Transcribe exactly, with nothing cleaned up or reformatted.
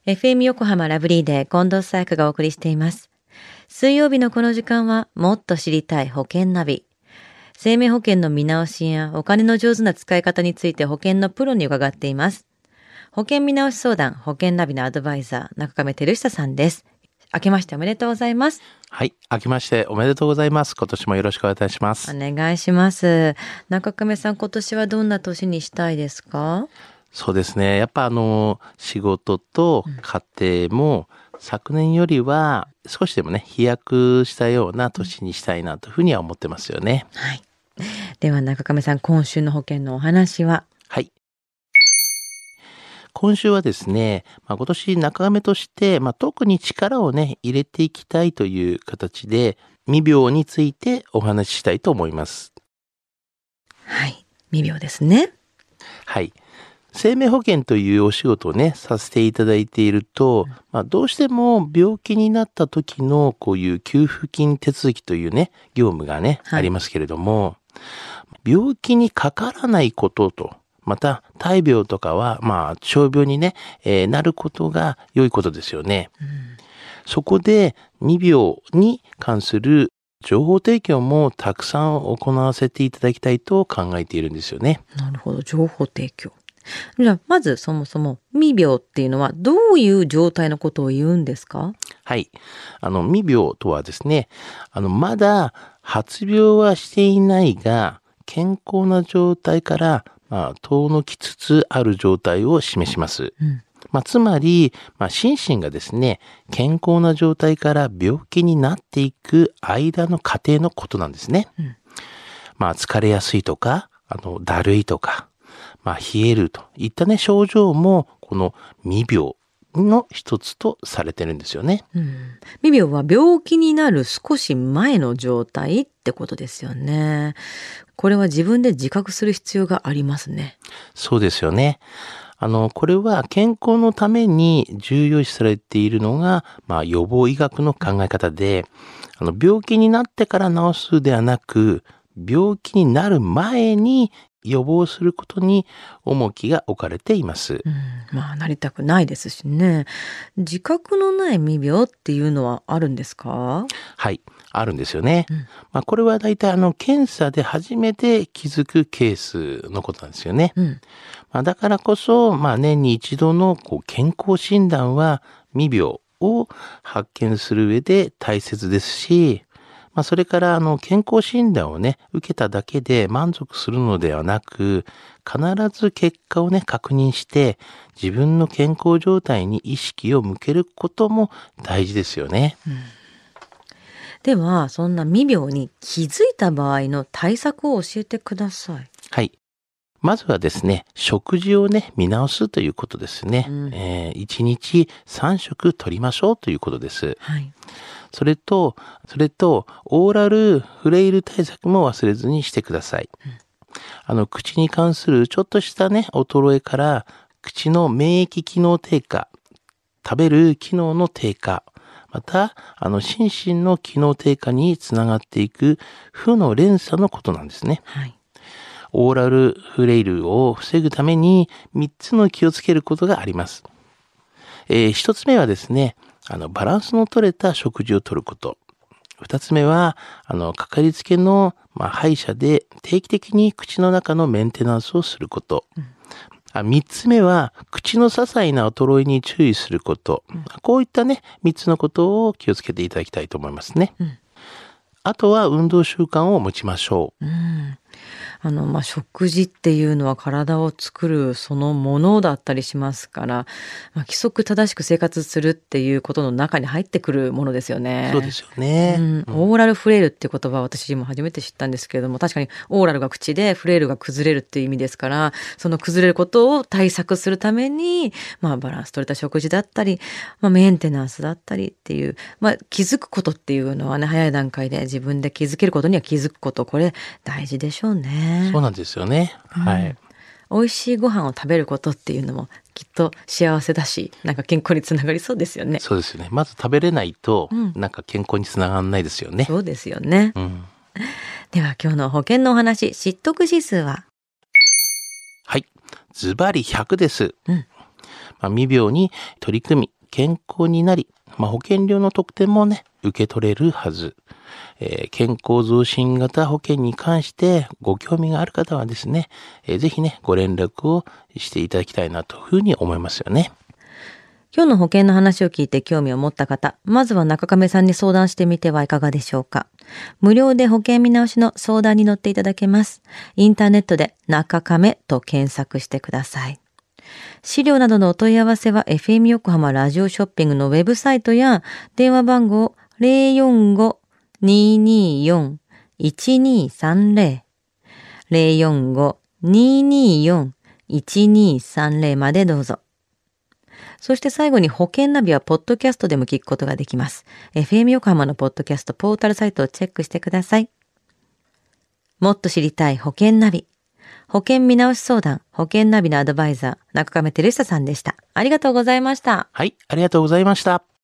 エフエム 横浜ラブリーで近藤沙耶香がお送りしています。水曜日のこの時間はもっと知りたい保険ナビ。生命保険の見直しやお金の上手な使い方について保険のプロに伺っています。保険見直し相談、保険ナビのアドバイザー、中亀照久さんです。明けましておめでとうございます。 はい、明けましておめでとうございます。今年もよろしくお願いいたします。 お願いします。中亀さん、今年はどんな年にしたいですか？ そうですね。やっぱあの、仕事と家庭も昨年よりは少しでもね、飛躍したような年にしたいなというふうには思ってますよね。 はい。では中亀さん、今週の保険のお話は？ はい。今週はですね、まあ、今年中亀として、まあ、特に力をね、入れていきたいという形で、未病についてお話ししたいと思います。 はい。未病ですね。 はい。生命保険というお仕事をね、させていただいていると、まあ、どうしても病気になった時のこういう給付金手続きというね、業務がね、 はい、 ありますけれども、病気にかからないことと、また大病とかは、まあ、傷病にね、えー、なることが良いことですよね。うん、そこで未病に関する情報提供もたくさん行わせていただきたいと考えているんですよね。 なるほど、情報提供。じゃあまずそもそも未病っていうのはどういう状態のことを言うんですか？ はい。あの、未病とはですね、あの、まだ発病はしていないが、健康な状態から、まあ、遠のきつつある状態を示します。うん、まあ、つまり、まあ、心身がですね、健康な状態から病気になっていく間の過程のことなんですね。うん、まあ、疲れやすいとか、あの、だるいとか、まあ、冷えるといったね、症状も、この未病の一つとされてるんですよね。 うん、未病は病気になる少し前の状態ってことですよね。これは自分で自覚する必要がありますね。 そうですよね。あの、これは健康のために重要視されているのが、まあ、予防医学の考え方で、あの、病気になってから治すではなく、病気になる前に予防することに重きが置かれています。 うん、まあなりたくないですしね。自覚のない未病っていうのはあるんですか？ はい、あるんですよね。 うん、 まあ、これはだいたいあの検査で初めて気づくケースのことなんですよね。うん、まあ、だからこそ、まあ、年に一度のこう健康診断は未病を発見する上で大切ですし、まあ、それからあの健康診断をね、受けただけで満足するのではなく、必ず結果をね、確認して、自分の健康状態に意識を向けることも大事ですよね。 うん、では、そんな未病に気づいた場合の対策を教えてください。 はい。まずはですね、食事をね、見直すということですね。うん、えー、いちにちさん食取りましょうということです。はい。それと、それと、オーラルフレイル対策も忘れずにしてください。うん、あの、口に関するちょっとしたね、衰えから、口の免疫機能低下、食べる機能の低下、また、あの、心身の機能低下につながっていく負の連鎖のことなんですね。はい。オーラルフレイルを防ぐためにみっつの気をつけることがあります。えー、ひとつめはですね、あの、バランスの取れた食事をとること。二つ目は、あの、かかりつけの、まあ、歯医者で定期的に口の中のメンテナンスをすること。うん、あ、三つ目は、口の些細な衰えに注意すること。うん、こういったね、三つのことを気をつけていただきたいと思いますね。うん、あとは運動習慣を持ちましょう。うん、 あの、まあ、食事っていうのは体を作るそのものだったりしますから、まあ、規則正しく生活するっていうことの中に入ってくるものですよね。 そうですよね。 うん、オーラルフレイルっていう言葉は私も初めて知ったんですけれども、確かにオーラルが口でフレイルが崩れるっていう意味ですから、その崩れることを対策するために、まあ、バランス取れた食事だったり、まあ、メンテナンスだったりっていう、まあ、気づくことっていうのはね、早い段階で自分で気づけることには気づくこと、これ大事でしょうね。 そうなんですよね。はい、 うん。美味しいご飯を食べることっていうのもきっと幸せだし、なんか健康につながりそうですよね。 そうですよね。まず食べれないと、うん、なんか健康につながらないですよね。 そうですよね。うん、では今日の保険のお話、知得指数は？ はい。ズバリひゃくです。うん、 まあ、未病に取り組み、健康になり、まあ、保険料の特典もね、受け取れるはず。えー、健康増進型保険に関してご興味がある方はですね、えー、ぜひね、ご連絡をしていただきたいなというふうに思いますよね。 今日の保険の話を聞いて興味を持った方、まずは中亀さんに相談してみてはいかがでしょうか。無料で保険見直しの相談に乗っていただけます。インターネットで中亀と検索してください。資料などのお問い合わせは エフエム 横浜ラジオショッピングのウェブサイトや電話番号 ゼロよんご にーにーよん いちにーさんゼロ ゼロよんご にーにーよん いちにーさんゼロ までどうぞ。そして最後に保険ナビはポッドキャストでも聞くことができます。エフエム 横浜のポッドキャストポータルサイトをチェックしてください。もっと知りたい保険ナビ。保険見直し相談、保険ナビのアドバイザー、中亀照久さんでした。ありがとうございました。 はい、ありがとうございました。